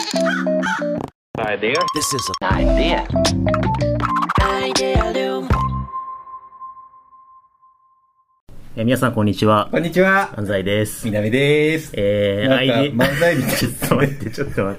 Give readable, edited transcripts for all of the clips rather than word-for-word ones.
Idea. This is an idea. Idealium. 皆さんこんにちは。 こんにちは。 安西です。 南です。 なんか漫才みたいちょっと待って。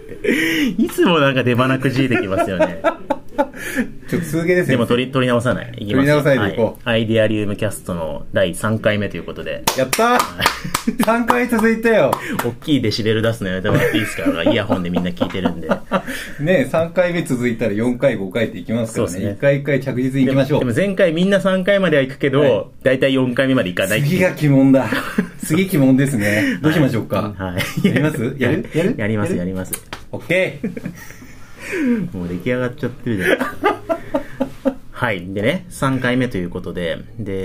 いつもなんか出花くじいてきますよね。 ちょっと続けですね。 でも取り直さない。いきます。 取り直さないでいこう。 アイデアリウムキャストの第3回目ということで。 やったー !3 回続いたよ。 大きいデシベル出すのやめてもらっていいですか？イヤホンでみんな聞いてるんで。 ね、3回目続いたら4回、5回っていきますからね。1回1回着実にいきましょう。 でも前回みんな3回までは行くけど、だいたい4回目まで行かない。 次が鬼門だ。次鬼門ですね。どうしましょうか。 はい。 やりますやるやります。 オッケー。もう出来上がっちゃってるじゃないですか。はい。でね、3回目ということで、今日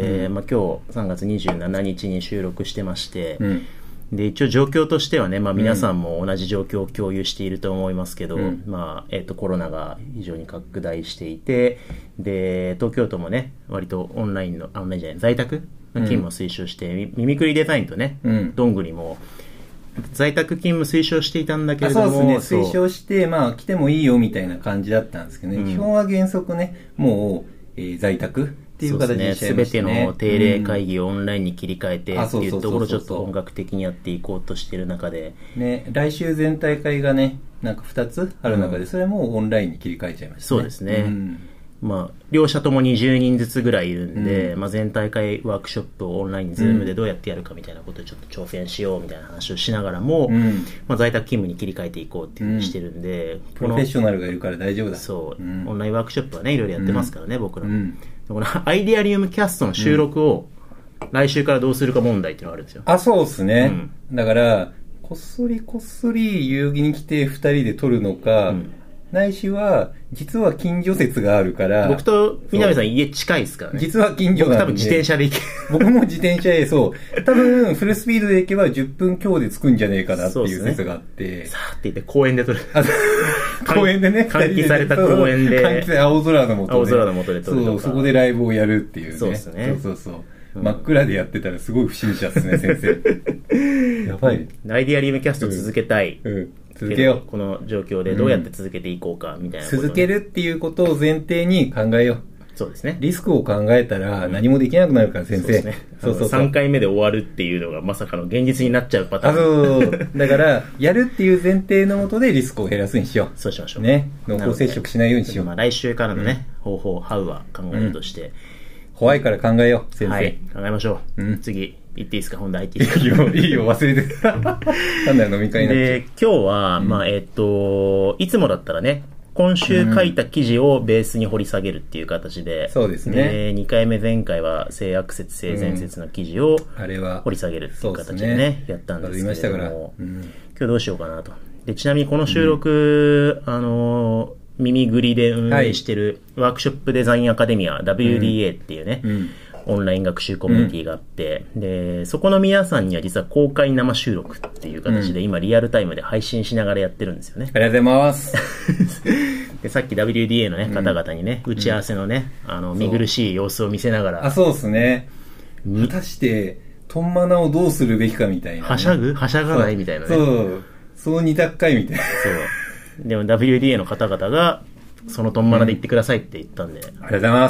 3月27日に収録してまして、で、一応状況としてはね、皆さんも同じ状況を共有していると思いますけど、コロナが非常に拡大していて、で、東京都もね、割とオンラインじゃない、在宅の勤務を推奨して、ミミクリデザインとね、どんぐりも、在宅勤務推奨していたんだけれども、 そうですね、推奨して、来てもいいよみたいな感じだったんですけどね、基本は原則ね、もう、在宅っていう形にしちゃいましたね。 すべての定例会議をオンラインに切り替えてっていうところをちょっと本格的にやっていこうとしている中で。 ね、来週全体会がね、なんか2つある中で、それもオンラインに切り替えちゃいましたね。 そうですね。両者とも20人ずつぐらいいるんで、全体会ワークショップをオンライン、ズームでどうやってやるかみたいなことをちょっと挑戦しようみたいな話をしながらも、在宅勤務に切り替えていこうっていうふうにしてるんで、 プロフェッショナルがいるから大丈夫だ。 そう、オンラインワークショップはね、いろいろやってますからね、僕らも。このアイデアリウムキャストの収録を来週からどうするか問題っていうのがあるんですよ。 そうですね。だから、こっそり遊戯に来て2人で撮るのか、ないしは、実は近所説があるから。 僕と南さん家近いですからね。 実は近所なんで。 僕多分自転車で行け僕も自転車で、そう。多分、フルスピードで行けば10分強で着くんじゃねえかなっていう説があって。 さーって言って公園で撮る。 公園でね、 換気された公園で。 換気され青空の下で。 青空の下で撮るとか。 そう、そこでライブをやるっていうね。 そうですね。 そう。真っ暗でやってたらすごい不審者ですね、先生。やばい。 アイデアリウムキャスト続けたい。 続けよう。 この状況でどうやって続けていこうかみたいなこと、 続けるっていうことを前提に考えよう。 そうですね。 リスクを考えたら何もできなくなるから、先生。そうですね。 そう3回目で終わるっていうのがまさかの現実になっちゃうパターン。 そう。だから、やるっていう前提のもとでリスクを減らすにしよう。 そうしましょう。 ね。濃厚接触しないようにしよう。 来週からのね、方法、ハウは考えるとして。 怖いから考えよう、先生。 はい、考えましょう。次、行っていいですか？本題入っていいですか？いいよ、忘れてた。単なる飲み会になっちゃう。 で、今日は、いつもだったらね、今週書いた記事をベースに掘り下げるっていう形で、 そうですね。 2回目前回は性悪説、性善説の記事を掘り下げるっていう形でね、やったんですけれども、今日どうしようかなと。で、ちなみにこの収録、耳ぐりで運営してるワークショップデザインアカデミア WDA っていうね、オンライン学習コミュニティがあって、で、そこの皆さんには実は公開生収録っていう形で今リアルタイムで配信しながらやってるんですよね。 ありがとうございます。 で、さっき WDA のね、方々にね、打ち合わせのね、見苦しい様子を見せながら。 そうですね。果たして、トンマナをどうするべきかみたいな、 はしゃがないみたいなね。 そう2択回みたいな。 そう。でも WDA の方々が、そのトンマナで言ってくださいって言ったんで。 ありがとうございます。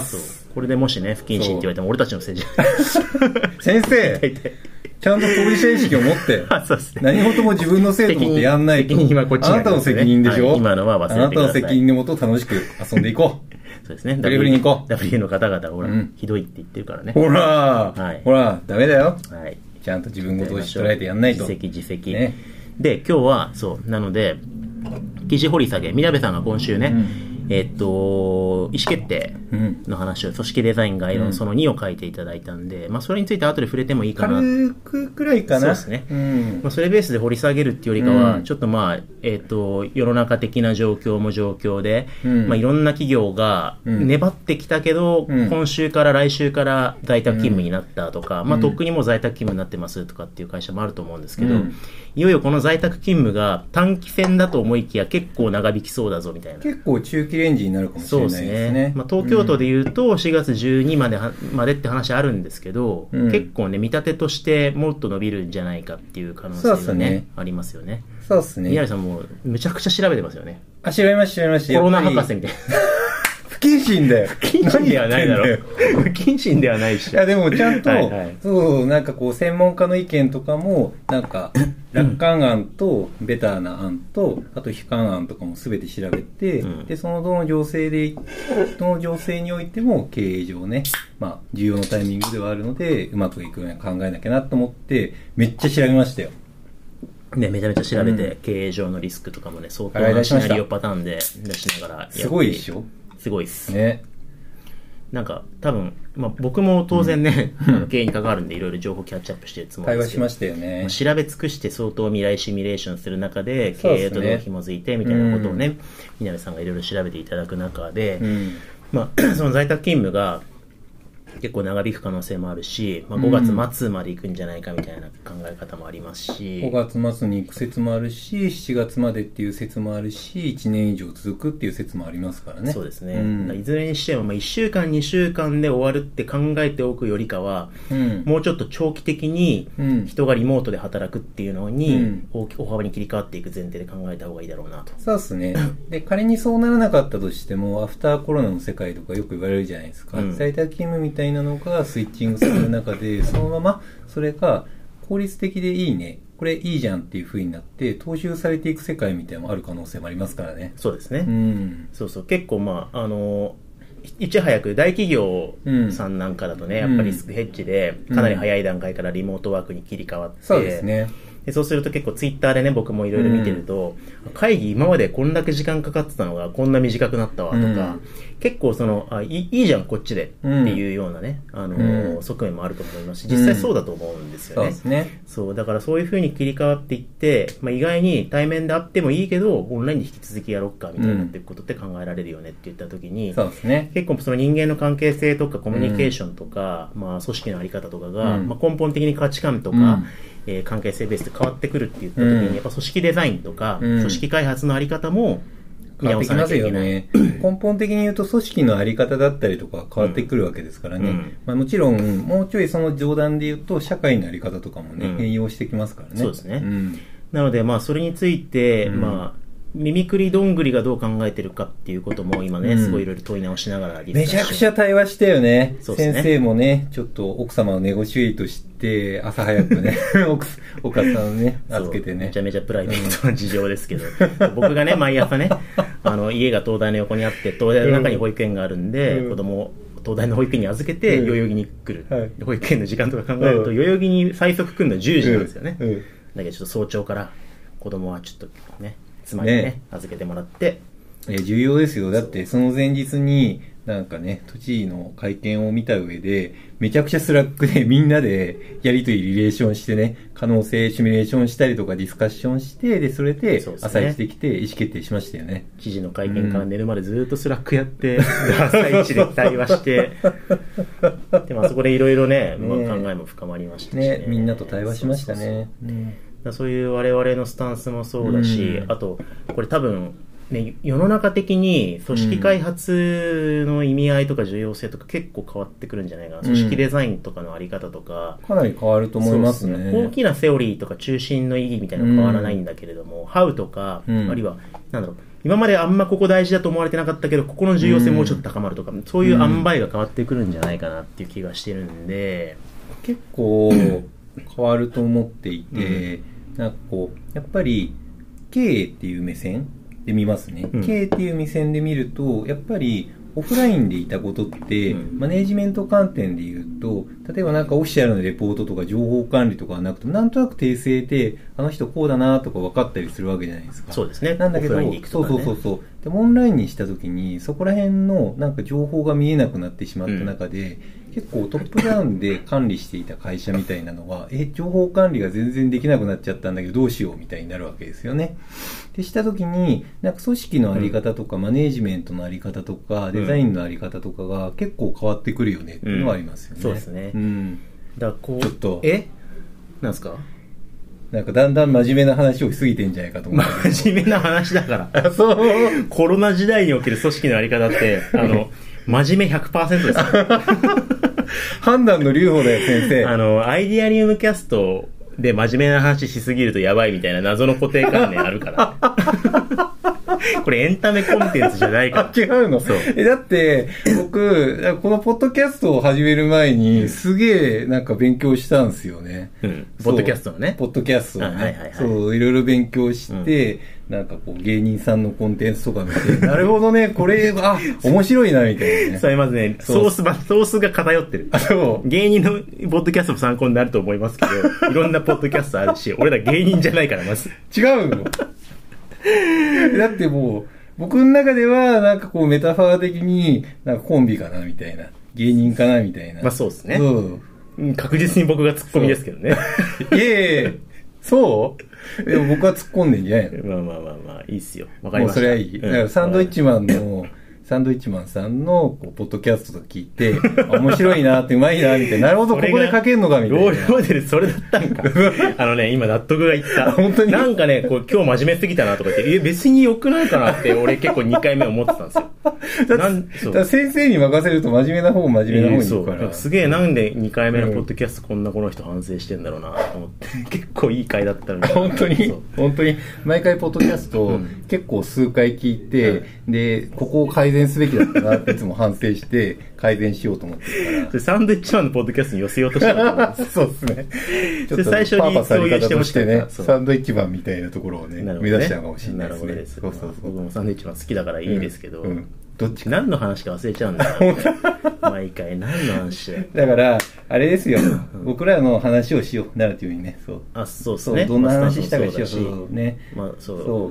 これでもしね、不謹慎って言われても俺たちのせいじゃない。 先生ちゃんと当事者意識を持って、 そうですね、 何事も自分のせいと思ってやんないと。 責任はこっちにありますね。 あなたの責任でしょ、 今のは忘れてください。 あなたの責任のもと楽しく遊んでいこう。 そうですね。 フリフリに行こう。 W の方々、ほら、ひどいって言ってるからね。 ほら、ダメだよ。 はい。 ちゃんと自分事を捉えてやんないと。 自責。ね。で、今日は、なので、記事掘り下げ、みなべさんが今週ね、意思決定の話を、組織デザイン概論その2を書いていただいたんで、それについて後で触れてもいいかな。 軽くくらいかな。 そうですね。それベースで掘り下げるっていうよりかは、ちょっと世の中的な状況も状況で、いろんな企業が粘ってきたけど、今週から来週から在宅勤務になったとか、とっくにもう在宅勤務になってますとかっていう会社もあると思うんですけど、いよいよこの在宅勤務が短期戦だと思いきや結構長引きそうだぞみたいな。 結構中期レンジになるかもしれないですね。 そうですね。まあ、東京都で言うと4月12までって話あるんですけど、結構ね、見立てとしてもっと伸びるんじゃないかっていう可能性がね、ありますよね。 そうですね。 宮根さんもむちゃくちゃ調べてますよね。 あ、調べました。 コロナ博士みたいな。 不謹慎だよ。 不謹慎ではないだろ。不謹慎ではないし。 いや、でもちゃんと、そう、なんかこう、専門家の意見とかも、なんか、楽観案と、ベターな案と、あと悲観案とかも全て調べて、で、そのどの情勢においても、経営上ね、まあ、重要なタイミングではあるので、うまくいくように考えなきゃなと思って、めっちゃ調べましたよ。 ね、めちゃめちゃ調べて、経営上のリスクとかもね、相当なシナリオパターンで出しながらやって。 すごいでしょ？ すごいっす。 ね。 なんか、多分、まあ僕も当然ね、経営に関わるんでいろいろ情報キャッチアップしてるつもりですけど。 会話しましたよね。 調べ尽くして相当未来シミュレーションする中で、経営とどう紐づいてみたいなことをね、南さんがいろいろ調べていただく中で、まあ、その在宅勤務が、結構長引く可能性もあるし、まあ、5月末まで行くんじゃないかみたいな考え方もありますし、 5月末に行く説もあるし、7月までっていう説もあるし、1年以上続くっていう説もありますからね。 そうですね。いずれにしても、まあ、1週間、2週間で終わるって考えておくよりかは、もうちょっと長期的に人がリモートで働くっていうのに、大幅に切り替わっていく前提で考えた方がいいだろうなと。 そうですね。で、仮にそうならなかったとしても、アフターコロナの世界とかよく言われるじゃないですか。在宅勤務みたいなのがスイッチングする中で、そのままそれが効率的でいいね、これいいじゃんっていう風になって踏襲されていく世界みたいなのもある可能性もありますからね。 そうですね。そうそう、結構まあいち早く大企業さんなんかだとね、やっぱりリスクヘッジでかなり早い段階からリモートワークに切り替わって、 そうですね。 でそうすると結構ツイッターでね、僕もいろいろ見てると、会議今までこんだけ時間かかってたのがこんな短くなったわとか、結構いいじゃんこっちでっていうようなね、側面もあると思いますし、実際そうだと思うんですよね。 そうですね。 そう、だからそういう風に切り替わっていって、まあ、意外に対面であってもいいけど、オンラインで引き続きやろうかみたいになっていくことって考えられるよねって言った時に、 そうですね。 結構その人間の関係性とかコミュニケーションとか、まあ組織のあり方とかが、まあ根本的に価値観とか、関係性ベースで変わってくるって言った時に、やっぱ組織デザインとか、組織開発のあり方も見直さなきゃいけない。 変わってきますよね。根本的に言うと組織のあり方だったりとか変わってくるわけですからね。まあ、もちろんもうちょいその上段で言うと社会のあり方とかもね、変容してきますからね。 そうですね。なのでまあそれについて、まあ耳くりどんぐりがどう考えてるかっていうことも今ね、すごいいろいろ問い直しながらめちゃくちゃ対話したよね。 そうですね。 先生もね、ちょっと奥様のネゴシエイトして、朝早くね、お母さんをね、預けてね。 めちゃめちゃプライベートな事情ですけど、僕がね、毎朝ね、家が東大の横にあって、東大の中に保育園があるんで、子供を東大の保育園に預けて、代々木に来る。保育園の時間とか考えると、代々木に最速来るのは10時なんですよね。だけどちょっと早朝から子供はちょっとね、妻にね、預けてもらって。 重要ですよ。だってその前日になんかね、都知事の会見を見た上で、めちゃくちゃスラックでみんなでやりとりリレーションしてね、可能性シミュレーションしたりとかディスカッションして、で、それで朝一で来て意思決定しましたよね。 知事の会見から寝るまでずっとスラックやって、朝一で対話して、で、まあそこでいろいろね、考えも深まりましたしね。みんなと対話しましたね。 そういう我々のスタンスもそうだし、あと、これ多分、ね、世の中的に組織開発の意味合いとか重要性とか結構変わってくるんじゃないかな。組織デザインとかのあり方とか。 かなり変わると思いますね。 大きなセオリーとか中心の意義みたいなのは変わらないんだけれども、ハウとか、あるいは、なんだろう、今まであんまここ大事だと思われてなかったけど、ここの重要性もうちょっと高まるとか、そういう塩梅が変わってくるんじゃないかなっていう気がしてるんで。 結構変わると思っていて、なんかこう、やっぱり経営っていう目線で見ますね。経営っていう目線で見ると、やっぱりオフラインでいたことって、マネージメント観点で言うと、例えばなんかオフィシャルのレポートとか情報管理とかはなくて、なんとなく訂正で、あの人こうだなとか分かったりするわけじゃないですか。 そうですね。 なんだけど、そう。でもオンラインにしたときに、そこら辺のなんか情報が見えなくなってしまった中で、結構トップダウンで管理していた会社みたいなのは、情報管理が全然できなくなっちゃったんだけどどうしようみたいになるわけですよね。でしたときに、なんか組織のあり方とか、マネージメントのあり方とか、デザインのあり方とかが結構変わってくるよねっていうのはありますよね。 そうですね。だからこう、 ちょっと。 なんすか？ なんかだんだん真面目な話をしすぎてんじゃないかと思って。 真面目な話だから。 そう。 コロナ時代における組織のあり方って、真面目 100% です判断の留保だよ、先生。 アイディアリウムキャストで真面目な話しすぎるとやばいみたいな謎の固定観念あるから。これエンタメコンテンツじゃないから。 違うの？そう。だって、僕、このポッドキャストを始める前に、すげえなんか勉強したんですよね。 うん。ポッドキャストのね。 ポッドキャストのね。 はいはいはい。 そう、いろいろ勉強して、なんかこう芸人さんのコンテンツとか見て、なるほどね、これ、面白いな、みたいなね。 それまずね、ソースが偏ってる。 そう。 芸人のポッドキャストも参考になると思いますけど、いろんなポッドキャストあるし、俺ら芸人じゃないから、まず。 違うの。だってもう、僕の中では、なんかこうメタファー的に、なんかコンビかな、みたいな。芸人かな、みたいな。 まあそうですね。 そう。 確実に僕がツッコミですけどね。 いえいえ、そうでも僕は突っ込んでんじゃないの？ まあ、いいっすよ。わかりました。 もうそれはいい。だからサンドイッチマンさんのこうポッドキャストと聞いて、面白いなって、うまいな、みたいな。なるほど、ここで書けんのか、みたいな。 ロールモデル、それだったんか。今納得がいった。 本当になんかね、今日真面目すぎたなとか言って、別に良くないかなって、俺結構2回目思ってたんですよ。 だから先生に任せると真面目な方に行くから。 すげえ、なんで2回目のポッドキャストこんなこの人反省してんだろうなと思って、結構いい回だったのに。 本当に、毎回ポッドキャスト結構数回聞いて、で、ここを改善すべきだったなっていつも反省して改善しようと思ってるから。 サンドイッチマンのポッドキャストに寄せようとしたらそうですね。 ちょっと最初に共有してほしかったね。サンドイッチマンみたいなところをね、目指したのかもしれないですね。 なるほどです。 そう。 僕もサンドイッチマン好きだからいいですけど、 どっち何の話か忘れちゃうんだよ。毎回何の話だから、あれですよ。僕らの話をしよう。ナラティブにね。そう。 そうですね。 どんな話したかしよう。そうね。 まあそう。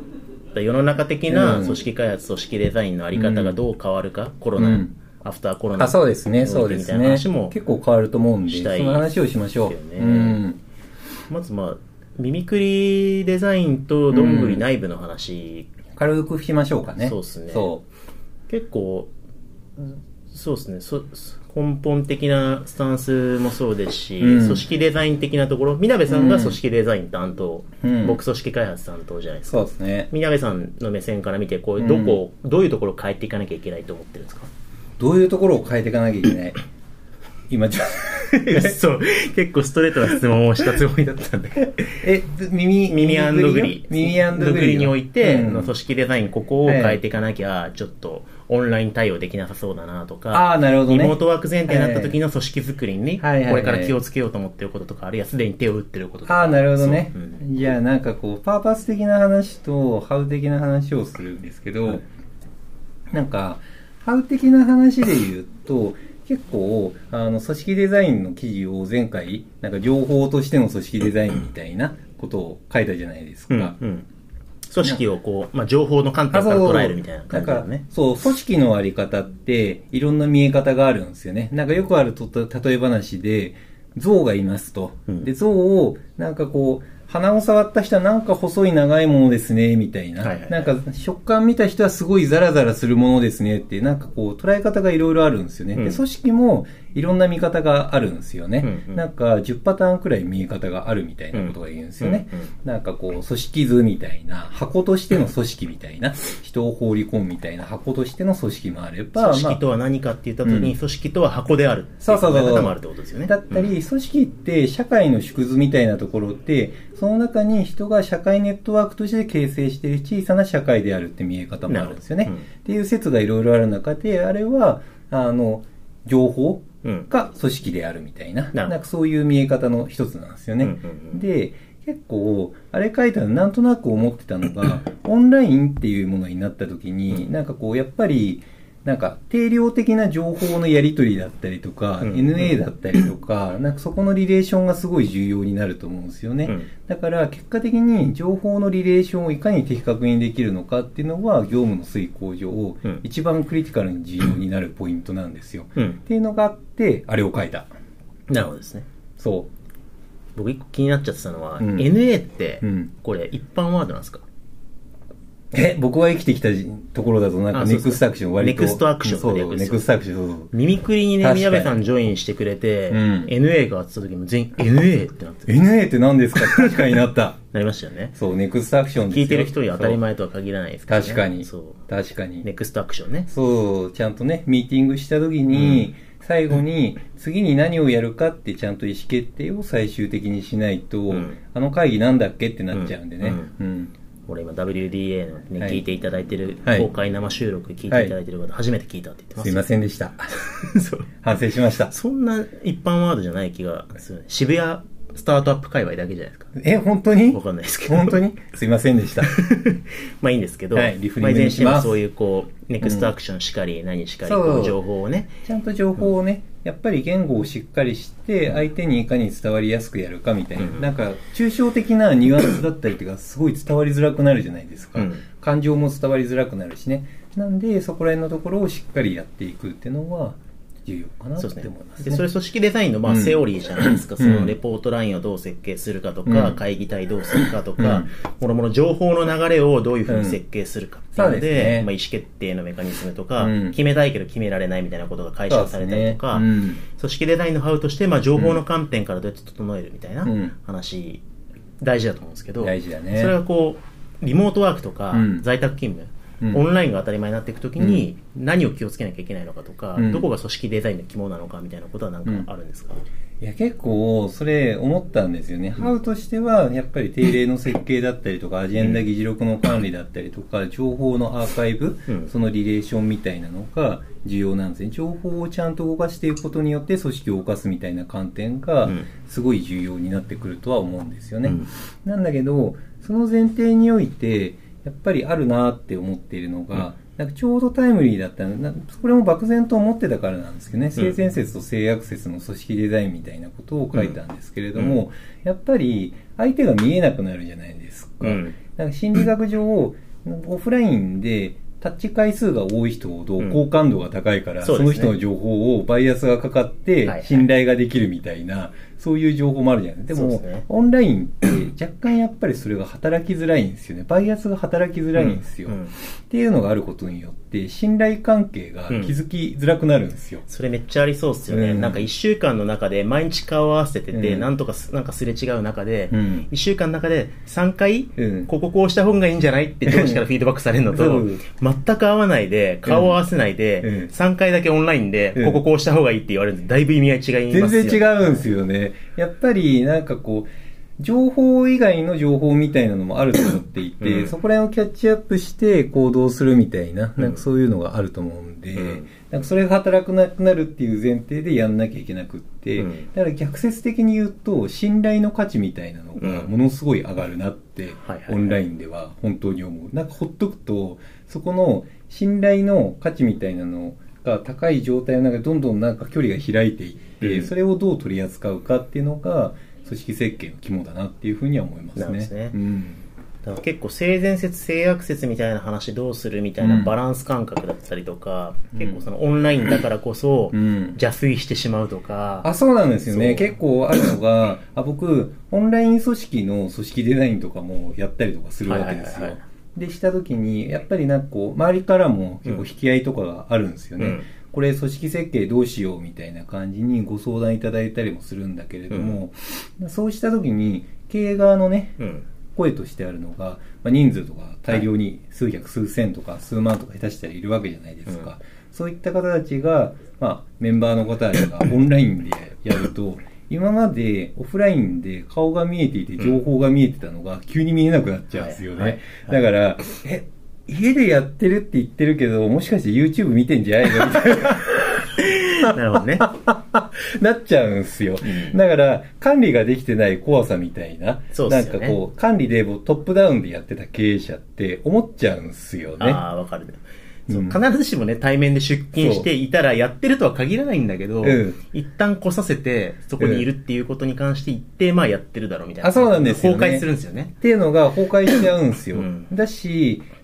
世の中的な組織開発、組織デザインのあり方がどう変わるか、コロナ、アフターコロナ。 そうですね。結構変わると思うんで、その話をしましょう。 まずミミクリデザインとどんぐり内部の話。 軽くしましょうかね。 そうですね。結構、そうですね。根本的なスタンスもそうですし、組織デザイン的なところ、みなべさんが組織デザイン担当、僕組織開発担当じゃないですか。 そうですね。 みなべさんの目線から見て、どういうところを変えていかなきゃいけないと思ってるんですか？ どういうところを変えていかなきゃいけない今そう、結構ストレートな質問をしたつもりだったんで。 耳グリにおいて、 組織デザイン、ここを変えていかなきゃ、ちょっとオンライン対応できなさそうだなとか、 なるほどね、 リモートワーク前提になった時の組織作りに、これから気をつけようと思っていることとか、あるいはすでに手を打っていることとか。 なるほどね。じゃあなんかこう、パーパス的な話と、ハウ的な話をするんですけど、なんか、ハウ的な話で言うと、結構、組織デザインの記事を前回、なんか情報としての組織デザインみたいなことを書いたじゃないですか。 組織をこう、情報の観点から捉えるみたいな感じだよね。 組織のあり方って、いろんな見え方があるんですよね。なんかよくある例え話で、象がいますと。で、象を、なんかこう、鼻を触った人はなんか細い長いものですね、みたいな。なんか食感見た人はすごいザラザラするものですねって、なんかこう捉え方がいろいろあるんですよね。で、組織もいろんな見方があるんですよね。なんか10パターンくらい見え方があるみたいなことが言うんですよね。なんかこう、組織図みたいな、箱としての組織みたいな、人を放り込むみたいな箱としての組織もあれば、 組織とは何かって言った時に、組織とは箱である。そうもあるってことですよね。 だったり、組織って社会の縮図みたいなところって、その中に人が社会ネットワークとして形成している小さな社会であるって見え方もあるんですよね。っていう説がいろいろある中で、あれは、情報が組織であるみたいな、なんかそういう見え方の一つなんですよね。で、結構、あれ書いたらなんとなく思ってたのが、オンラインっていうものになった時に、なんかこう、やっぱり、なんか定量的な情報のやり取りだったりとか、NA だったりとか、なんかそこのリレーションがすごい重要になると思うんですよね。だから結果的に情報のリレーションをいかに的確にできるのかっていうのは業務の遂行上、一番クリティカルに重要になるポイントなんですよ。っていうのがあって、あれを書いた。 なるほどですね。 そう。 僕一個気になっちゃってたのは、NA って、これ一般ワードなんですか？ 僕は生きてきたところだとなんかネクストアクション割と。 ネクストアクションそう、ネクストアクション、そう。 耳くりにね、宮部さんジョインしてくれて、NA があってた時も全員 NA ってなってる。 NA って何ですか？確かになった。 なりましたよね。 そう、ネクストアクションですよ。 聞いてる人に当たり前とは限らないですからね。 確かに。 そう。 確かに。 ネクストアクションね。 そう、ちゃんとね、ミーティングした時に、最後に次に何をやるかってちゃんと意思決定を最終的にしないと、あの会議なんだっけってなっちゃうんでね。 俺今 WDA のね、聞いていただいてる、 はい公開生収録聞いていただいてる方、初めて聞いたって言ってます。 すいませんでした。 そう。 反省しました。 そんな一般ワードじゃない気がする。渋谷スタートアップ界隈だけじゃないですか。 本当に？ わかんないですけど。 本当に？すいませんでした。 まあいいんですけど、 はいリフリまあ、いずれにしてもしますそういうこう、ネクストアクションしかり、何しかり、 そうこう情報をね、 ちゃんと情報をね、やっぱり言語をしっかりして、相手にいかに伝わりやすくやるかみたいな、なんか、抽象的なニュアンスだったりとか、すごい伝わりづらくなるじゃないですか。感情も伝わりづらくなるしね。なんで、そこら辺のところをしっかりやっていくっていうのは、重要かなって思いますね。 でそれ組織デザインのまあセオリーじゃないですか、そのレポートラインをどう設計するかとか、会議体どうするかとか、もろもろ情報の流れをどういうふうに設計するかっていうので、まあ、意思決定のメカニズムとか、決めたいけど決められないみたいなことが解消されたりとか、組織デザインのハウとしてまあ情報の観点からどうやって整えるみたいな話、大事だと思うんですけど、 大事だね。 それはこうリモートワークとか、在宅勤務、オンラインが当たり前になっていくときに何を気をつけなきゃいけないのかとか、どこが組織デザインの肝なのかみたいなことは何かあるんですか？ いや結構それ思ったんですよね。ハウとしてはやっぱり定例の設計だったりとか、アジェンダ議事録の管理だったりとか、情報のアーカイブ、そのリレーションみたいなのが重要なんですね。情報をちゃんと動かしていくことによって組織を動かすみたいな観点がすごい重要になってくるとは思うんですよね。なんだけどその前提においてやっぱりあるなって思っているのが、なんかちょうどタイムリーだったの、これも漠然と思ってたからなんですけどね、性善説と性悪説の組織デザインみたいなことを書いたんですけれども、やっぱり相手が見えなくなるじゃないですか。なんか心理学上、オフラインでタッチ回数が多い人ほど好感度が高いから、その人の情報をバイアスがかかって信頼ができるみたいな、そういう情報もあるじゃないですか。でも、オンラインって若干やっぱりそれが働きづらいんですよね。バイアスが働きづらいんですよ。っていうのがあることによって、信頼関係が築きづらくなるんですよ。 それめっちゃありそうですよね。なんか1週間の中で毎日顔を合わせてて、なんとかなんかすれ違う中で、1週間の中で3回、ここうした方がいいんじゃないって上司からフィードバックされるのと、全く合わないで、顔を合わせないで、3回だけオンラインで、こうした方がいいって言われるんで、だいぶ意味合い違いますよね。 全然違うんですよね。やっぱりなんかこう情報以外の情報みたいなのもあると思っていて、そこら辺をキャッチアップして行動するみたいな、なんかそういうのがあると思うんで、なんかそれが働くなくなるっていう前提でやんなきゃいけなくって、だから逆説的に言うと信頼の価値みたいなのがものすごい上がるなって、オンラインでは本当に思う。なんかほっとくとそこの信頼の価値みたいなのが高い状態の中でどんどんなんか距離が開いていって、それをどう取り扱うかっていうのが組織設計の肝だなっていうふうには思いますね。 なんですね。だから結構性善説性悪説みたいな話どうするみたいなバランス感覚だったりとか、結構そのオンラインだからこそ邪推してしまうとか、 そうなんですよね。結構あるのが僕オンライン組織の組織デザインとかもやったりとかするわけですよ。でした時にやっぱりなんかこう周りからも結構引き合いとかがあるんですよね。これ組織設計どうしようみたいな感じにご相談いただいたりもするんだけれども、そうした時に経営側のね、声としてあるのが、人数とか大量に数百数千とか数万とか下手したらいるわけじゃないですか。そういった方たちが、メンバーの方たちがオンラインでやると今までオフラインで顔が見えていて情報が見えてたのが急に見えなくなっちゃうんですよね。だから家でやってるって言ってるけどもしかして YouTube 見てんじゃないのみたいななるほどねなっちゃうんすよ。だから管理ができてない怖さみたいな、なんかこう管理でトップダウンでやってた経営者って思っちゃうんすよね。 わかる。必ずしもね対面で出勤していたらやってるとは限らないんだけど、一旦来させてそこにいるっていうことに関して一定やってるだろうみたいな。 そうなんですよね。 崩壊するんですよね。 っていうのが崩壊しちゃうんですよ。だし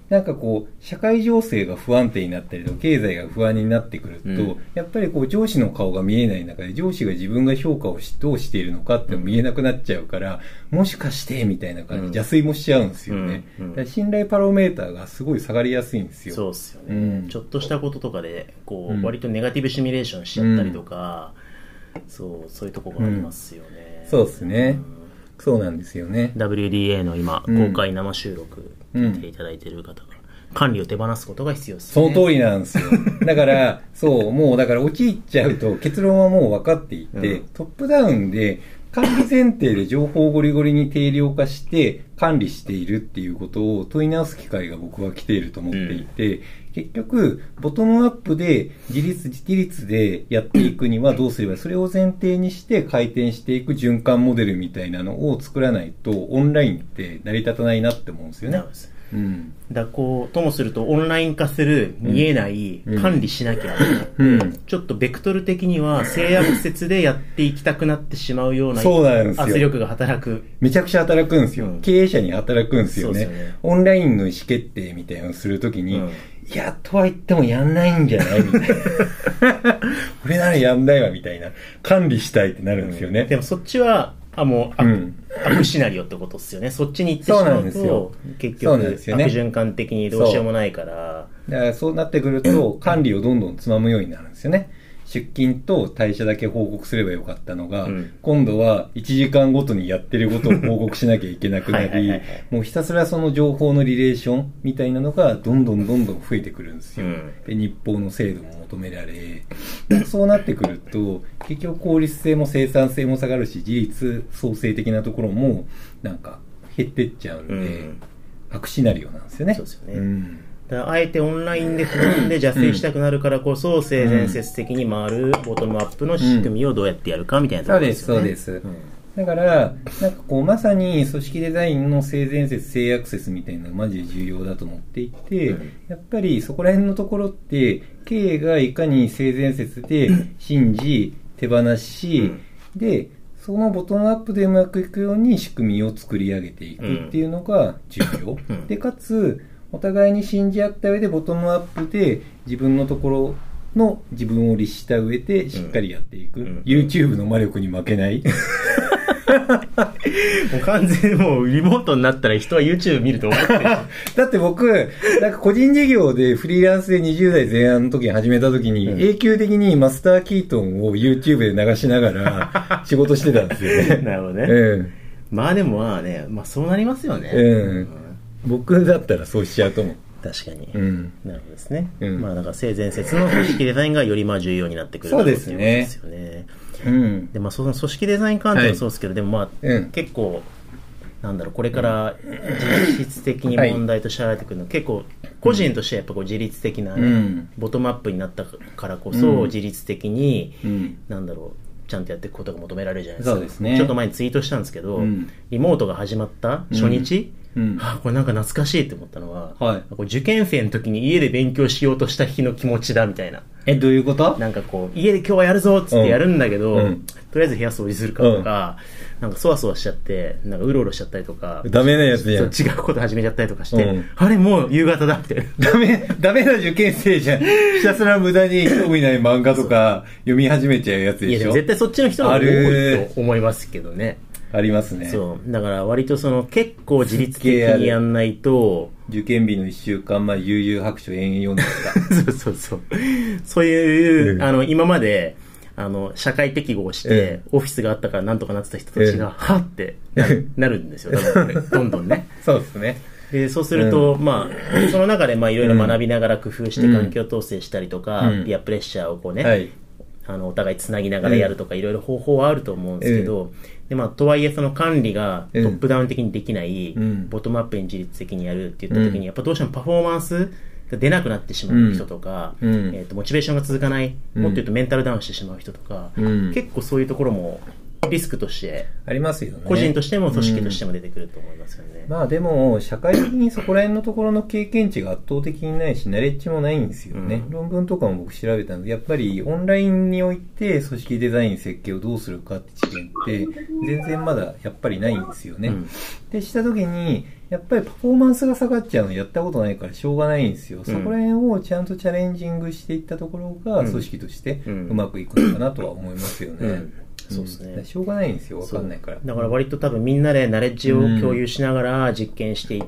なんかこう社会情勢が不安定になったりと経済が不安になってくると、やっぱりこう上司の顔が見えない中で上司が自分が評価をどうしているのかって見えなくなっちゃうから、もしかしてみたいな感じで邪推もしちゃうんですよね。だから信頼パラメーターがすごい下がりやすいんですよ。 そうですよね、ちょっとしたこととかでこう、割とネガティブシミュレーションしちゃったりとか、そういうところがありますよね。 そうですね、そうなんですよね。 WDA の今公開生収録聞いていただいている方が、管理を手放すことが必要ですよね。 その通りなんですよ。だからそうもうだから陥っちゃうと結論はもう分かっていて、トップダウンで管理前提で情報をゴリゴリに定量化して管理しているっていうことを問い直す機会が僕は来ていると思っていて、結局ボトムアップで自立でやっていくにはどうすれば、それを前提にして回転していく循環モデルみたいなのを作らないとオンラインって成り立たないなって思うんですよね。 だこうともするとオンライン化する見えない、管理しなきゃって、ちょっとベクトル的には性悪説でやっていきたくなってしまうような圧力が働く。 めちゃくちゃ働くんですよ、経営者に働くんですよね。オンラインの意思決定みたいなのをするときに、いやとは言ってもやんないんじゃないみたいな俺ならやんないわみたいな、管理したいってなるんですよね。 でもそっちはもう悪シナリオってことですよね。そっちに行ってしまうと結局悪循環的にどうしようもないから。 だからそうなってくると管理をどんどんつまむようになるんですよね。出勤と退社だけ報告すればよかったのが、今度は1時間ごとにやってることを報告しなきゃいけなくなり、もうひたすらその情報のリレーションみたいなのがどんどん増えてくるんですよ。で日報の精度も求められ、そうなってくると結局効率性も生産性も下がるし、自律創生的なところもなんか減ってっちゃうので、悪シナリオなんですよね。 そうですよね。だからあえてオンラインで不安で邪推したくなるからこそ、性善説的に回るボトムアップの仕組みをどうやってやるかみたいなところですよね。 そうです。だからなんかこうまさに組織デザインの性善説性悪説みたいなのがマジで重要だと思っていて、やっぱりそこら辺のところって経営がいかに性善説で信じ手放し、でそのボトムアップでうまくいくように仕組みを作り上げていくっていうのが重要、でかつお互いに信じ合った上でボトムアップで自分のところの自分を律した上でしっかりやっていく、YouTube の魔力に負けないもう完全にもうリモートになったら人は YouTube 見ると思ってるだって僕なんか個人事業でフリーランスで20代前半の時に始めた時に、永久的にマスターキートンを YouTube で流しながら仕事してたんですよねなるほどね、まあでもまあね、そうなりますよね、 僕だったらそうしちゃうと思う。 確かに、なるほどですね、まあだから性善説の組織デザインがよりまあ重要になってくるそうですね。 ということですよね。でまあその組織デザイン観点はそうですけど、でもまあ、結構なんだろうこれから実質的に問題として現れてくるのは、結構個人としてやっぱこう自律的な、ボトムアップになったからこそ、自律的に、なんだろうちゃんとやっていくことが求められるじゃないですか。 そうですね。 ちょっと前にツイートしたんですけど、リモートが始まった初日、これなんか懐かしいって思ったのは、こう受験生の時に家で勉強しようとした日の気持ちだみたいな。 どういうこと？ なんかこう家で今日はやるぞっつってやるんだけど、とりあえず部屋掃除するかとか、なんかそわそわしちゃってなんかうろうろしちゃったりとか、 ダメなやつやん。 違うこと始めちゃったりとかして、あれもう夕方だみたいな。 ダメな受験生じゃん。ひたすら無駄に興味ない漫画とか読み始めちゃうやつでしょ。 いやでも絶対そっちの人の方が多いと思いますけどね。 ありますね。 そうだから割とその結構自律的にやんないと。 受験日の1週間前悠々白書延々読んでたそういう、今まで社会適合して、オフィスがあったからなんとかなってた人たちが、はってなるんですよ多分どんどんねそうですね。 でそうすると、まあその中でまあいろいろ学びながら工夫して環境統制したりとか、ピアプレッシャーをこうね、お互いつなぎながらやるとかいろいろ方法はあると思うんですけど、でまあ、とはいえその管理がトップダウン的にできない、ボトムアップに自律的にやるって言った時に、やっぱどうしてもパフォーマンスが出なくなってしまう人とか、モチベーションが続かない、もっと言うとメンタルダウンしてしまう人とか、結構そういうところもリスクとしてありますよね。 個人としても組織としても出てくると思いますよね。 まあでも社会的にそこら辺のところの経験値が圧倒的にないしナレッジもないんですよね。論文とかも僕調べたんで、やっぱりオンラインにおいて組織デザイン設計をどうするかって知見って全然まだやっぱりないんですよね。でした時にやっぱりパフォーマンスが下がっちゃうのやったことないからしょうがないんですよ。そこら辺をちゃんとチャレンジングしていったところが組織としてうまくいくのかなとは思いますよね。 そうですね。 しょうがないんですよ。わかんないから。 だから割と多分みんなでナレッジを共有しながら実験していって、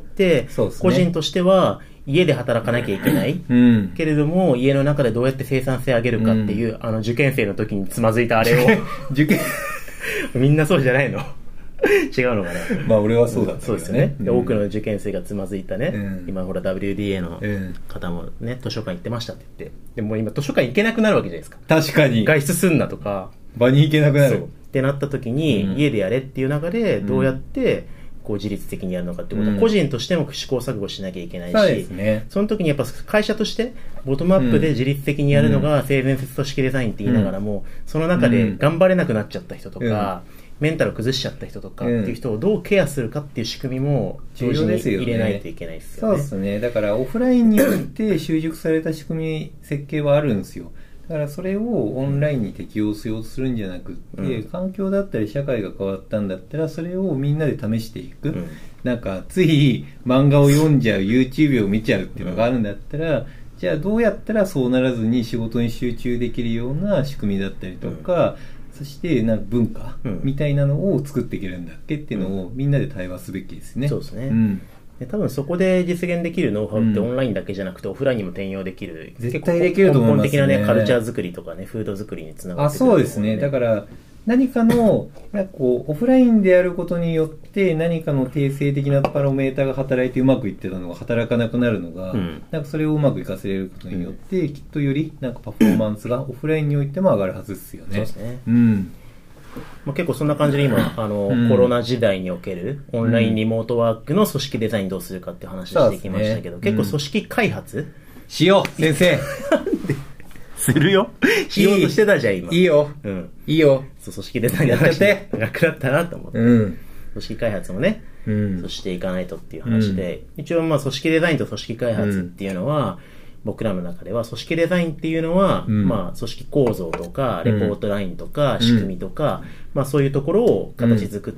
個人としては家で働かなきゃいけない。けれども家の中でどうやって生産性上げるかっていう、受験生の時につまずいたあれを。 受験みんなそうじゃないの違うのかな。 まあ俺はそうだったけどね。 そうですね。で多くの受験生がつまずいたね。今ほら WDA の方もね、図書館行ってましたって言って。でも今図書館行けなくなるわけじゃないですか。 確かに。 外出すんなとか。 場に行けなくなる。そう。 ってなった時に、家でやれっていう中でどうやってこう自律的にやるのかってことは、個人としても試行錯誤しなきゃいけないし、 そうですね。 その時にやっぱ会社としてボトムアップで自律的にやるのが性善説組織デザインって言いながらも、その中で頑張れなくなっちゃった人とか、メンタル崩しちゃった人とかっていう人をどうケアするかっていう仕組みも同時に入れないといけないですよね。 そうですね。だからオフラインによって習熟された仕組み設計はあるんですよ。だからそれをオンラインに適用しようとするんじゃなくって、環境だったり社会が変わったんだったらそれをみんなで試していく。なんかつい漫画を読んじゃう YouTube を見ちゃうっていうのがあるんだったら、じゃあどうやったらそうならずに仕事に集中できるような仕組みだったりとか、そしてなんか文化みたいなのを作っていけるんだっけっていうのをみんなで対話すべきですね。 そうですね。で多分そこで実現できるノウハウってオンラインだけじゃなくてオフラインにも転用できる、 絶対できると思いますね。 根本的なねカルチャー作りとかねフード作りにつながってくる、 そうですね。だから何かのなんかこうオフラインでやることによって何かの定性的なパラメータが働いてうまくいってたのが働かなくなるのが、なんかそれをうまく活かせることによって、きっとよりなんかパフォーマンスがオフラインにおいても上がるはずですよね。 そうですね。まあ、結構そんな感じで今コロナ時代におけるオンラインリモートワークの組織デザインどうするかっていう話してきましたけど、結構組織開発、 しよう先生するよしようとしてたじゃん今。 いいよ、いいよ。 そう組織デザインの話長くなったなと思って、組織開発もね、そうしていかないとっていう話で、一応まあ組織デザインと組織開発っていうのは、僕らの中では組織デザインっていうのは、まあ組織構造とかレポートラインとか仕組みとか、まあそういうところを形作って、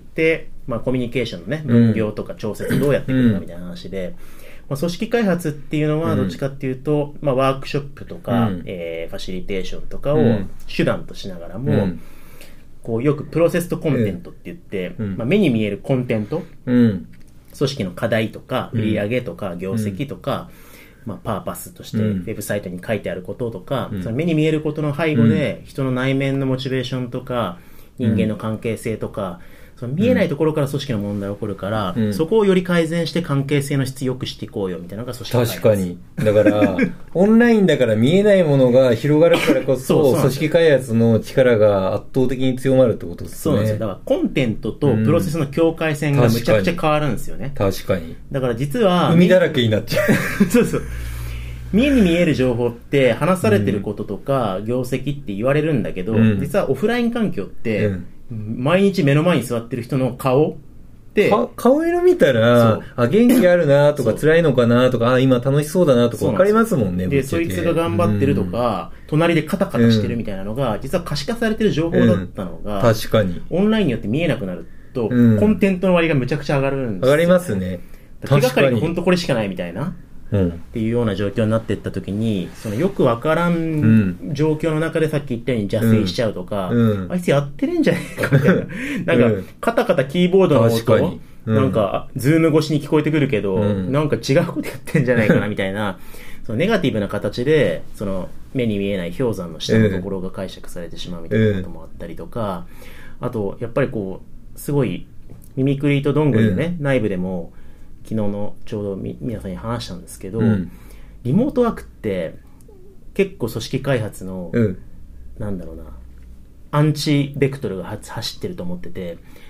まあコミュニケーションのね分業とか調節どうやっていくかみたいな話で、まあ、組織開発っていうのはどっちかっていうと、まあワークショップとか、ファシリテーションとかを手段としながらも、こうよくプロセスとコンテントって言って、まあ、目に見えるコンテント、組織の課題とか売上とか業績とか、まあ、パーパスとしてウェブサイトに書いてあることとか、その目に見えることの背後で人の内面のモチベーションとか人間の関係性とか、その見えないところから組織の問題が起こるから、そこをより改善して関係性の質良くしていこうよみたいなのが組織開発。 確かに。だからオンラインだから見えないものが広がるからこそ組織開発の力が圧倒的に強まるってことですね。 そうなんですよ。だからコンテントとプロセスの境界線がむちゃくちゃ変わるんですよね。 確かに。 だから実は海だらけになっちゃう。 そうそう。目に見える情報って話されてることとか業績って言われるんだけど、実はオフライン環境って、毎日目の前に座ってる人の顔って顔色見たら元気あるなとか辛いのかなとか今楽しそうだなとか分かりますもんね。 でそいつが頑張ってるとか、隣でカタカタしてるみたいなのが、実は可視化されてる情報だったのが、 確かにオンラインによって見えなくなると、コンテントの割がむちゃくちゃ上がるんですよ。 上がりますね。 手がかりが本当これしかないみたいな。っていうような状況になっていったときに、そのよくわからん状況の中でさっき言ったように邪推しちゃうとか、あいつやってねえんじゃねえかみたいな。なんか、カタカタキーボードの音、なんか、ズーム越しに聞こえてくるけど、なんか違うことやってんじゃないかなみたいな、そのネガティブな形で、その目に見えない氷山の下のところが解釈されてしまうみたいなこともあったりとか、あと、やっぱりこう、すごい、ミミクリとドングルね、内部でも、昨日のちょうど皆さんに話したんですけど、リモートワークって結構組織開発の、なんだろうな、アンチベクトルが走ってると思ってて、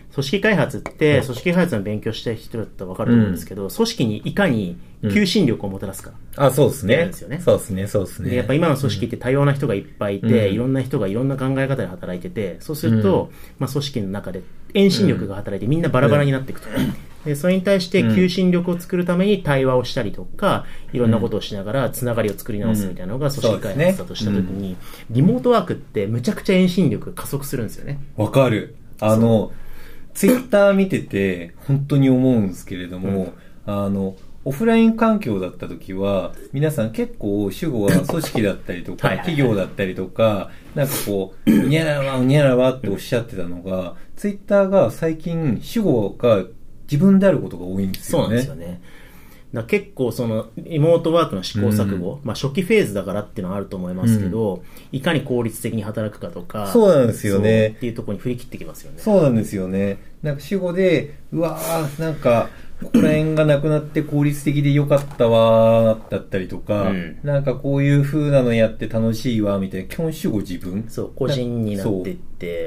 組織開発って、組織開発の勉強したい人だったら分かると思うんですけど、組織にいかに求心力をもたらすか。 そうですね。 ですよね。 そうですね、そうですね。 で、やっぱ今の組織って多様な人がいっぱいいて、いろんな人がいろんな考え方で働いてて、そうすると、組織の中で遠心力が働いてみんなバラバラになっていくと。で、それに対して求心力を作るために対話をしたりとか、いろんなことをしながらつながりを作り直すみたいなのが組織開発だとしたときに、リモートワークってむちゃくちゃ遠心力加速するんですよね。 わかる。ツイッター見てて本当に思うんですけれども、オフライン環境だった時は皆さん結構主語は組織だったりとか企業だったりとか、なんかこううにゃらわうにゃらわっておっしゃってたのが、ツイッターが最近主語が自分であることが多いんですよね。 そうなんですよね。結構そのリモートワークの試行錯誤、初期フェーズだからっていうのはあると思いますけど、いかに効率的に働くかとか、 そうなんですよね。 っていうところに振り切ってきますよね。 そうなんですよね。なんか主語で、うわー、なんかここら辺がなくなって効率的で良かったわーだったりとか、なんかこういう風なのやって楽しいわみたいな、基本主語自分。 そう、個人になっていって、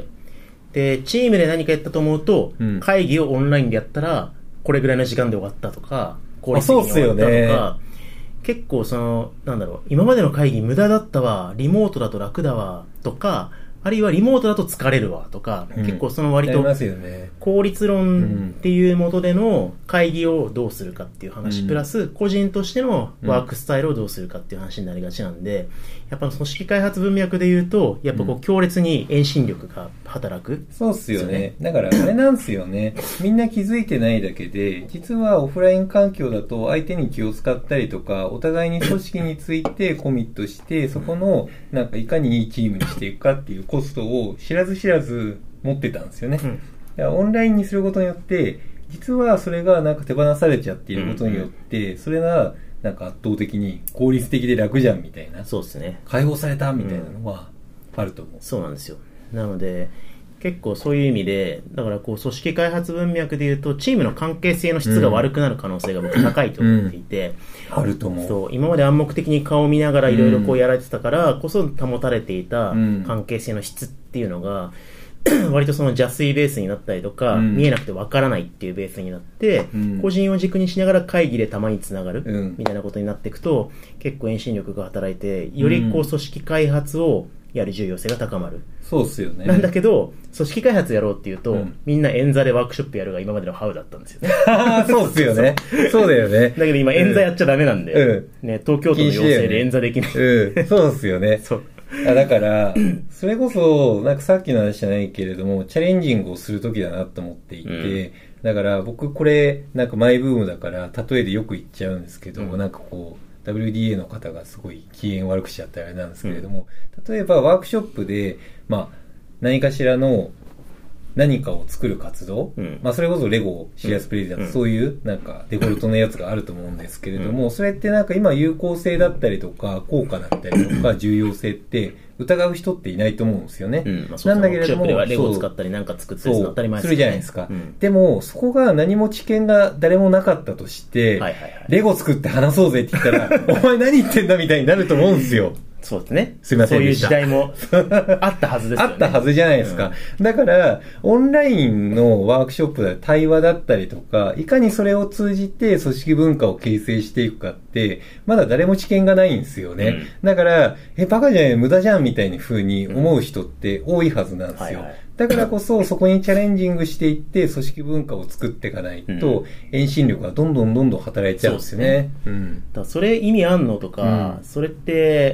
で、チームで何かやったと思うと、会議をオンラインでやったら、これぐらいの時間で終わったとか、効率的に終わったとか、結構今までの会議無駄だったわ、リモートだと楽だわ、とか、あるいはリモートだと疲れるわとか、結構その割と効率論っていうもとでの会議をどうするかっていう話、プラス個人としてのワークスタイルをどうするかっていう話になりがちなんで、やっぱ組織開発文脈で言うと、やっぱこう強烈に遠心力が働く。 そうっすよね。だからあれなんですよね。みんな気づいてないだけで、実はオフライン環境だと相手に気を使ったりとか、お互いに組織についてコミットして、そこのなんかいかにいいチームにしていくかっていうコストを知らず知らず持ってたんですよね。だからオンラインにすることによって、実はそれがなんか手放されちゃっていることによって、それがなんか圧倒的に効率的で楽じゃんみたいな。 そうですね。 解放されたみたいなのはあると思う。 そうなんですよ。なので、結構そういう意味で、だからこう組織開発文脈で言うと、チームの関係性の質が悪くなる可能性が僕高いと思っていて、 あると思う。 そう、今まで暗黙的に顔を見ながらいろいろこうやられてたからこそ保たれていた関係性の質っていうのが、割とその邪推ベースになったりとか、見えなくてわからないっていうベースになって、個人を軸にしながら会議でたまにつながる、みたいなことになっていくと、結構遠心力が働いて、よりこう組織開発をやる重要性が高まる。 そうっすよね。 なんだけど、組織開発やろうっていうと、みんな演座でワークショップやるが今までのハウだったんですよね。 そうっすよね。そうだよね。 だけど今演座やっちゃダメなんで、ね、東京都の要請で演座できない。 そうっすよね。 そう。 だから、それこそ、なんかさっきの話じゃないけれども、チャレンジングをするときだなと思っていて、だから僕これ、なんかマイブームだから、例えでよく言っちゃうんですけど、なんかこう、WDA の方がすごい機嫌悪くしちゃったあれなんですけれども、例えばワークショップで、何かしらの何かを作る活動、それこそレゴシリアスプレイだとそういうなんかデフォルトのやつがあると思うんですけれども、それってなんか今有効性だったりとか効果だったりとか重要性って疑う人っていないと思うんですよね。 なんだけれども、レゴを使ったりなんか作ったりするの当たり前でするじゃないですか。でもそこが何も知見が誰もなかったとして、レゴ作って話そうぜって言ったら、お前何言ってんだみたいになると思うんですよ。 そうですね。 すいませんでした。そういう時代もあったはずですよね。 あったはずじゃないですか。だから、オンラインのワークショップで対話だったりとか、いかにそれを通じて組織文化を形成していくかって、まだ誰も知見がないんですよね。だから、バカじゃない、無駄じゃんみたいな風に思う人って多いはずなんですよ。だからこそ、そこにチャレンジングしていって、組織文化を作っていかないと、遠心力がどんどん働いちゃうんですよね。 だそれ意味あんのとか、それって、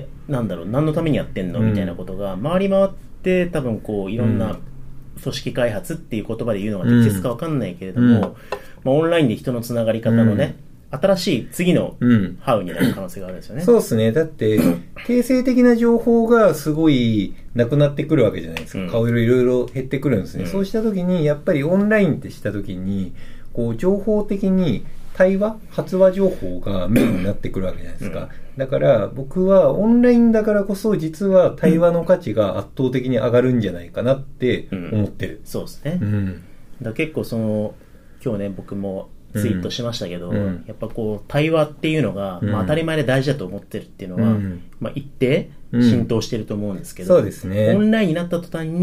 何のためにやってんのみたいなことが、回り回って、多分こう、いろんな組織開発っていう言葉で言うのが適切か分かんないけれども、オンラインで人のつながり方のね、新しい次のハウになる可能性があるんですよね。 そうですね。だって、形成的な情報がすごいなくなってくるわけじゃないですか。顔色いろいろ減ってくるんですね。そうしたときに、やっぱりオンラインってしたときに、こう、情報的に対話、発話情報がメインになってくるわけじゃないですか。だから僕はオンラインだからこそ実は対話の価値が圧倒的に上がるんじゃないかなって思ってる。 そうですね。だ結構今日ね、僕もツイートしましたけど、やっぱこう対話っていうのが、当たり前で大事だと思ってるっていうのは、一定浸透してると思うんですけど、 そうですね。 オンラインになった途端に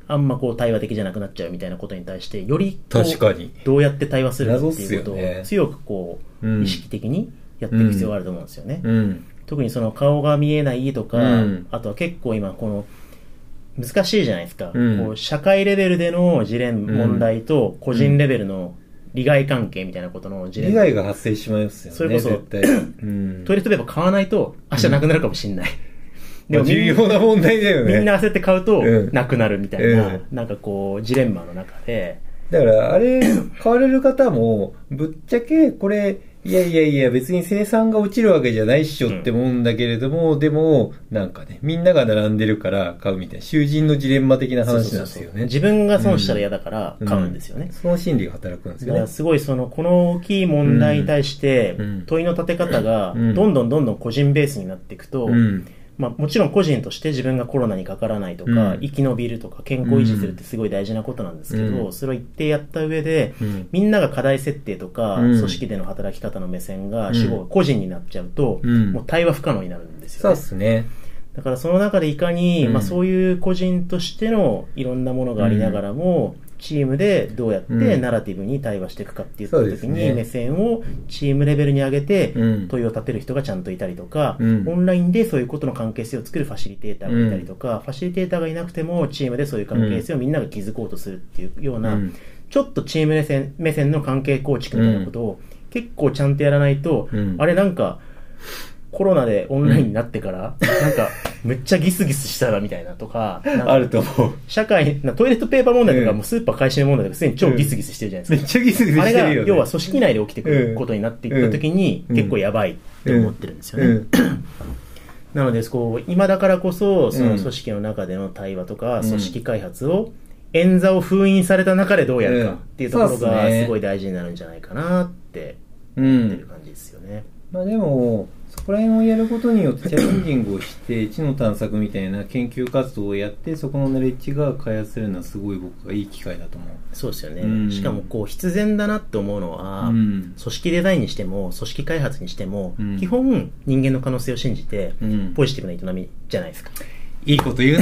あんまこう対話的じゃなくなっちゃうみたいなことに対して、よりこう確かにどうやって対話するかっていうことを謎っすよね強くこう、意識的にやっていく必要があると思うんですよね。特にその顔が見えないとか、あとは結構今この難しいじゃないですか。こう社会レベルでの事例問題と個人レベルの利害関係みたいなことの事例。 利害が発生しまいますよね。 それこそ、 絶対トイレットペーパー買わないと明日なくなるかもしれない。 でも重要な問題だよね。 みんな焦って買うとなくなるみたいな、なんかこうジレンマの中で。 だからあれ買われる方もぶっちゃけこれいや別に生産が落ちるわけじゃないっしょって思うんだけれども、でもなんかねみんなが並んでるから買うみたいな囚人のジレンマ的な話なんですよね。 自分が損したら嫌だから買うんですよね。 その心理が働くんですよね。 だからすごいこの大きい問題に対して問いの立て方がどんどん個人ベースになっていくと、まあ、もちろん個人として自分がコロナにかからないとか、生き延びるとか健康維持するってすごい大事なことなんですけど、それを一定やった上で、みんなが課題設定とか、組織での働き方の目線が個人になっちゃうと、もう対話不可能になるんですよね。 そうですね。 だからその中でいかに、まあ、そういう個人としてのいろんなものがありながらも、チームでどうやってナラティブに対話していくかっていった時に目線をチームレベルに上げて問いを立てる人がちゃんといたりとか、オンラインでそういうことの関係性を作るファシリテーターがいたりとか、ファシリテーターがいなくてもチームでそういう関係性をみんなが築こうとするっていうような、ちょっとチーム目線の関係構築みたいなことを結構ちゃんとやらないと、あれなんかコロナでオンラインになってから、なんか、めっちゃギスギスしたらみたいなとか、 あると思う。 社会、トイレットペーパー問題とか、もうスーパー買い占め問題とか、すでに超ギスギスしてるじゃないですか。 めっちゃギスギスしてるよね。 あれが、要は組織内で起きてくることになっていったときに、結構やばいって思ってるんですよね。なので、今だからこそ、その組織の中での対話とか、組織開発を、演座を封印された中でどうやるかっていうところが、すごい大事になるんじゃないかなって思ってる感じですよね。 まあでも、そこら辺をやることによってチャレンジングをして知の探索みたいな研究活動をやってそこのナレッジが開発するのはすごい僕はいい機会だと思う。 そうですよね、しかも必然だなって思うのは、組織デザインにしても組織開発にしても、基本人間の可能性を信じて、ポジティブな営みじゃないですか。 いいこと言う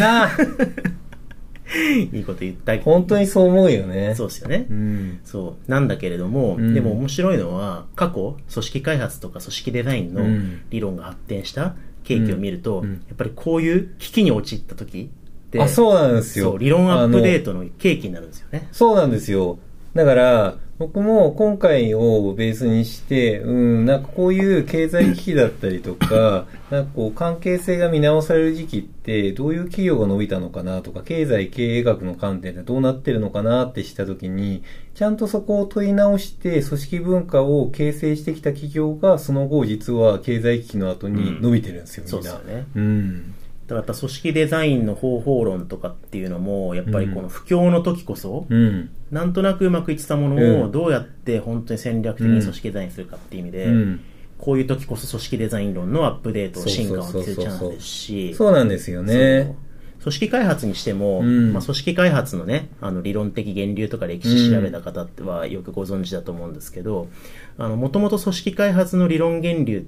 いいこと言った本当にそう思うよね。 そうですよね、そうなんだけれども、でも面白いのは過去組織開発とか組織デザインの理論が発展した経緯を見ると、やっぱりこういう危機に陥った時ってそうなんですよ。 理論アップデートの契機になるんですよね。 そうなんですよ。だから僕も今回をベースにして、なんかこういう経済危機だったりとか、なんか関係性が見直される時期ってどういう企業が伸びたのかなとか、経済経営学の観点でどうなってるのかなってした時に、ちゃんとそこを問い直して組織文化を形成してきた企業がその後実は経済危機の後に伸びてるんですよ、みんな。 そうですよね。だからやっぱ組織デザインの方法論とかっていうのもやっぱりこの不況の時こそ、なんとなくうまくいってたものをどうやって本当に戦略的に組織デザインするかっていう意味で、こういう時こそ組織デザイン論のアップデート進化を見せるチャンスですし、 そうなんですよね。 組織開発にしても、組織開発のね、理論的源流とか歴史調べた方はよくご存知だと思うんですけど、もともと組織開発の理論源流って、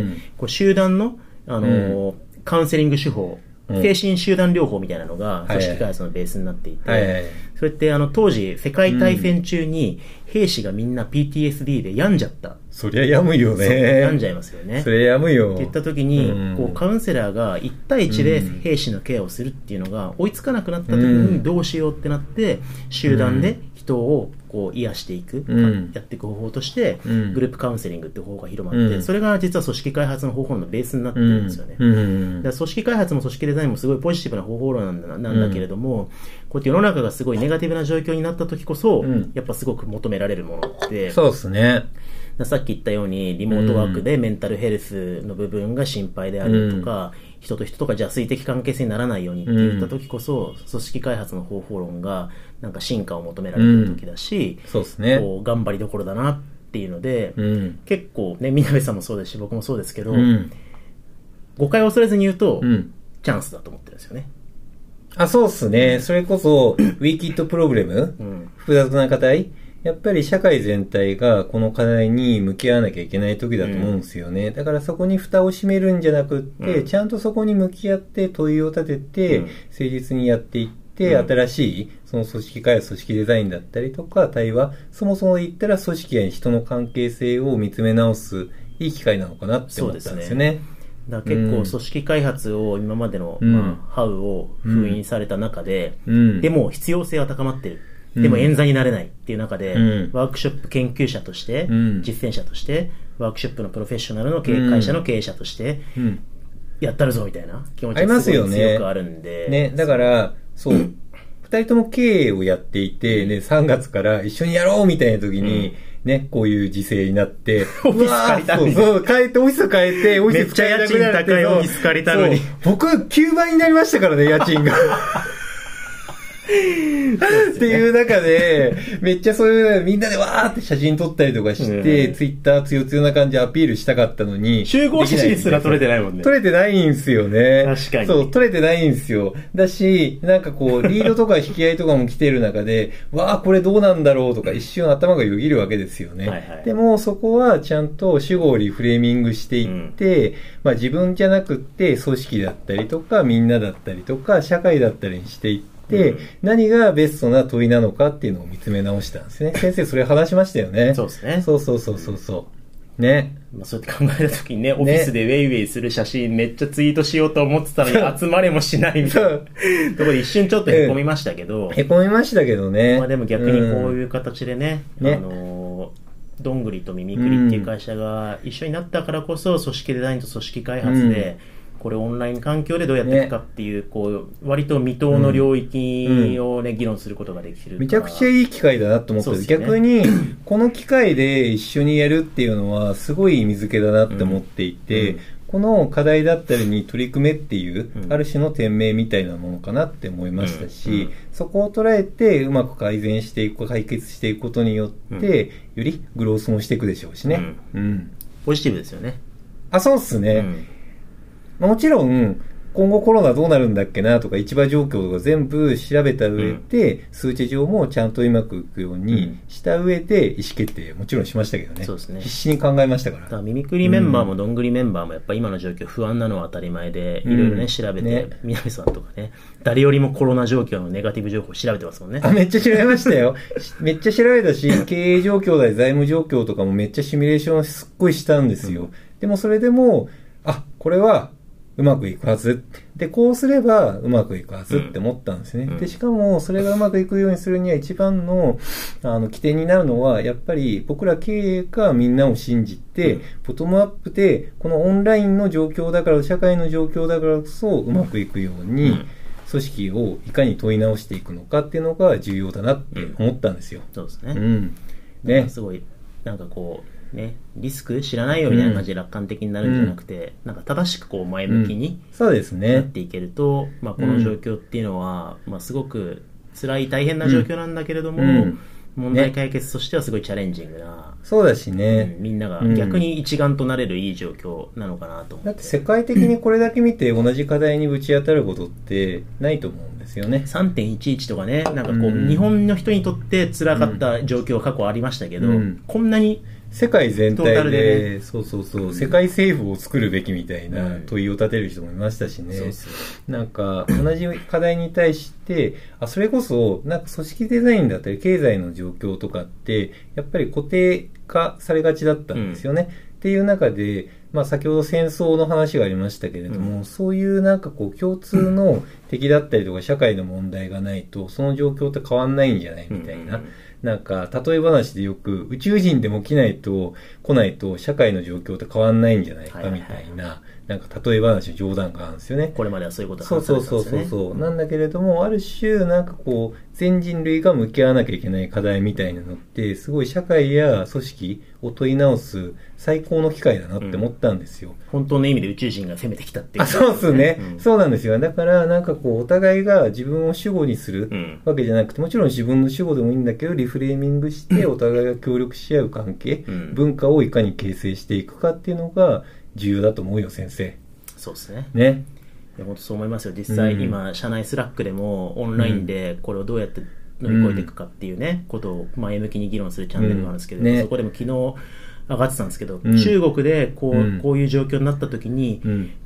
集団の、カウンセリング手法、精神集団療法みたいなのが組織開発のベースになっていて、それって当時世界大戦中に兵士がみんな PTSD で病んじゃった。 そりゃ病むよね。 病んじゃいますよね。 そりゃ病むよ。 って言った時に、カウンセラーが1対1で兵士のケアをするっていうのが追いつかなくなった時にどうしようってなって、集団で人を癒していく、やっていく方法として、グループカウンセリングっていう方法が広まって、それが実は組織開発の方法のベースになってるんですよね。だから組織開発も組織デザインもすごいポジティブな方法論なんだけれども、こうやって世の中がすごいネガティブな状況になった時こそ、やっぱすごく求められるものって、 そうですね。 さっき言ったようにリモートワークでメンタルヘルスの部分が心配であるとか、人と人とか邪推的関係性にならないようにって言った時こそ、組織開発の方法論がなんか進化を求められてる時だし、 そうですね。 頑張りどころだなっていうので、結構ね、みなべさんもそうですし僕もそうですけど、誤解を恐れずに言うと、チャンスだと思ってるんですよね。 そうですね。それこそウィキッドプロブレム、複雑な課題、やっぱり社会全体がこの課題に向き合わなきゃいけない時だと思うんですよね。だからそこに蓋を閉めるんじゃなくって、ちゃんとそこに向き合って問いを立てて、誠実にやっていって、 、新しい、その組織開発、組織デザインだったりとか、対話、そもそも言ったら組織や人の関係性を見つめ直す、いい機会なのかなって思ったんですよね。 だから結構組織開発を今までの、ハウを封印された中で、でも必要性は高まってる。でも演座になれないっていう中で、ワークショップ研究者として、実践者として、ワークショップのプロフェッショナルの会社の経営者として、やったるぞみたいな気持ちがすごい強くあるんで。 ね、だから、そう、二人とも経営をやっていて、ね、3月から一緒にやろうみたいな時に、ね、こういう時勢になって、 オフィス借りたのに。 そう、変えて、オフィス変えて、オフィス使えなくなって。めっちゃ家賃高いオフィス借りたのに。 僕、9倍になりましたからね、家賃が。っていう中で、めっちゃそういうみんなでわーって写真撮ったりとかして、ツイッター強強な感じでアピールしたかったのに、 集合写真すら撮れてないもんね。 撮れてないんすよね。 確かに。 そう、撮れてないんすよ。だし、なんかこう、リードとか引き合いとかも来てる中で、わーこれどうなんだろうとか一瞬頭がよぎるわけですよね。はいはい、でもそこはちゃんと主語をリフレーミングしていって、まあ自分じゃなくって組織だったりとか、みんなだったりとか、社会だったりにしていって、何がベストな問いなのかっていうのを見つめ直したんですね。先生それ話しましたよね。 そうですね。 そうね。 まあそうやって考えたときにね、オフィスでウェイウェイする写真めっちゃツイートしようと思ってたのに集まれもしないみたいなところで一瞬ちょっとへこみましたけど。 へこみましたけどね。 まあでも逆にこういう形でね、どんぐりとミミクリっていう会社が一緒になったからこそ、組織デザインと組織開発で、これオンライン環境でどうやっていくかっていう、こう、割と未踏の領域をね、議論することができる。 めちゃくちゃいい機会だなと思って、逆に、この機会で一緒にやるっていうのは、すごい意味付けだなって思っていて、この課題だったりに取り組めっていう、ある種の店名みたいなものかなって思いましたし、そこを捉えてうまく改善していく、解決していくことによって、よりグロースもしていくでしょうしね。 ポジティブですよね。 あ、そうっすね。もちろん、今後コロナどうなるんだっけなとか市場状況とか全部調べた上で、数値上もちゃんとうまくいくようにした上で意思決定もちろんしましたけどね。 そうですね。 必死に考えましたから。 だからミミクリメンバーもどんぐりメンバーもやっぱ今の状況不安なのは当たり前で、いろいろね調べて、南さんとかね、誰よりもコロナ状況のネガティブ情報を調べてますもんね。 めっちゃ調べましたよ。めっちゃ調べたし、経営状況だり財務状況とかもめっちゃシミュレーションすっごいしたんですよ。でもそれでも、これは、うまくいくはず。で、こうすればうまくいくはずって思ったんですね。で、しかもそれがうまくいくようにするには一番の、起点になるのは、やっぱり僕ら経営がみんなを信じて、ボトムアップで、このオンラインの状況だから、社会の状況だからこそうまくいくように、組織をいかに問い直していくのかっていうのが重要だなって思ったんですよ。 そうですね。ね。すごい、なんかこう、ね、リスク知らないよみたいな感じで楽観的になるんじゃなくて、なんか正しくこう前向きになっていけると、まあこの状況っていうのは、まあすごく辛い大変な状況なんだけれども、問題解決としてはすごいチャレンジングな、 そうだしね、 みんなが逆に一丸となれるいい状況なのかなと思って。 だって世界的にこれだけ見て同じ課題にぶち当たることってないと思うんですよね。 3.11 とかね、なんかこう、日本の人にとって辛かった状況は過去ありましたけど、こんなに世界全体で、そう、世界政府を作るべきみたいな問いを立てる人もいましたしね。なんか、同じ課題に対して、それこそ、なんか組織デザインだったり、経済の状況とかって、やっぱり固定化されがちだったんですよね。っていう中で、まあ先ほど戦争の話がありましたけれども、そういうなんかこう共通の敵だったりとか社会の問題がないと、その状況って変わんないんじゃないみたいな。なんか、例え話でよく、宇宙人でも来ないと社会の状況って変わんないんじゃないかみたいな、なんか例え話の冗談があるんですよね。 これまではそういうことが話されてたんですね。 そう。なんだけれども、ある種、なんかこう、全人類が向き合わなきゃいけない課題みたいなのって、すごい社会や組織を問い直す最高の機会だなって思ったんですよ。 本当の意味で宇宙人が攻めてきたっていう。 そうですね、そうなんですよ。だから、なんかこう、お互いが自分を主語にするわけじゃなくて、もちろん自分の主語でもいいんだけど、リフレーミングして、お互いが協力し合う関係、文化をいかに形成していくかっていうのが重要だと思うよ、先生。 そうですね。 ね。 いや本当そう思いますよ。実際、今社内スラックでもオンラインでこれをどうやって乗り越えていくかっていうね、ことを前向きに議論するチャンネルがあるんですけれども、そこでも昨日上がってたんですけど、中国でこういう状況になった時に、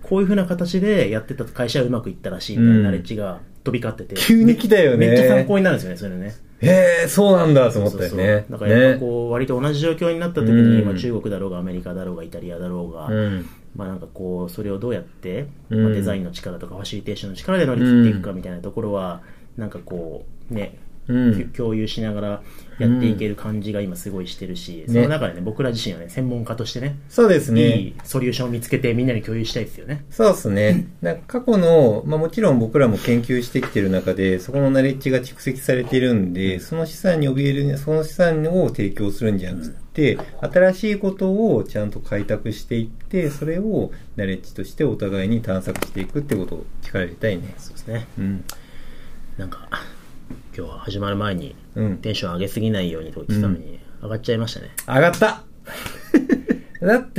こういう風な形でやってた会社はうまくいったらしいみたいなナレッジが飛び交ってて、 急に来たよね。 めっちゃ参考になるんですよね、それね。 そうなんだと思ったよね。 そうそうそう。だからやっぱこう、割と同じ状況になった時に、まあ、中国だろうがアメリカだろうがイタリアだろうが、まあなんかこう、それをどうやって、まあ、デザインの力とかファシリテーションの力で乗り切っていくかみたいなところは、なんかこう、ね、共有しながらやっていける感じが今すごいしてるし、その中でね、僕ら自身はね、専門家としてね、 そうですね。 いいソリューションを見つけてみんなに共有したいですよね。 そうですね。なんか過去の、まあもちろん僕らも研究してきてる中で、そこのナレッジが蓄積されているんで、その資産に怯える、その資産を提供するんじゃなくて、新しいことをちゃんと開拓していって、それをナレッジとしてお互いに探索していくってことを力入れたいね。 そうですね。なんか、今日は始まる前にテンション上げすぎないようにと言ってたのに、上がっちゃいましたね。 上がっただって、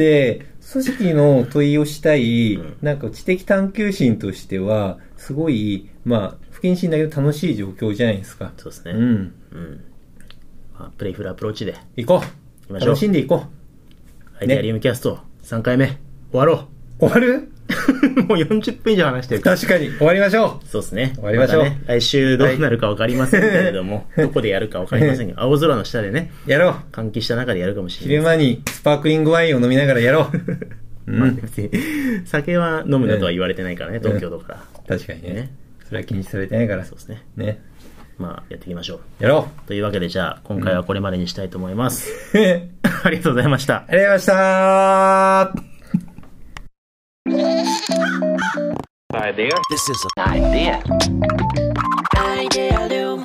組織の問いをしたい、なんか知的探求心としては、すごい、まあ、不謹慎だけど楽しい状況じゃないですか。 そうですね。まあ、プレイフルアプローチで。 行こう。楽しんでいこう。アイデアリウムキャスト3回目、終わろう。終わるもう40分以上話してるから。 確かに、終わりましょう。そうですね。 終わりましょう。 またね、来週どうなるか分かりませんけれども、どこでやるか分かりませんけど、青空の下でね、 やろう。 換気した中でやるかもしれない。 昼間にスパークリングワインを飲みながらやろう。 まあ別に、酒は飲むなとは言われてないからね、東京とから。確かにね。それは気にされてないから。 そうですね。 ね。 まあ、やっていきましょう。 やろう。というわけで、じゃあ、今回はこれまでにしたいと思います。ありがとうございました。 ありがとうございました。 Idea. This is an idea. Idea Loom.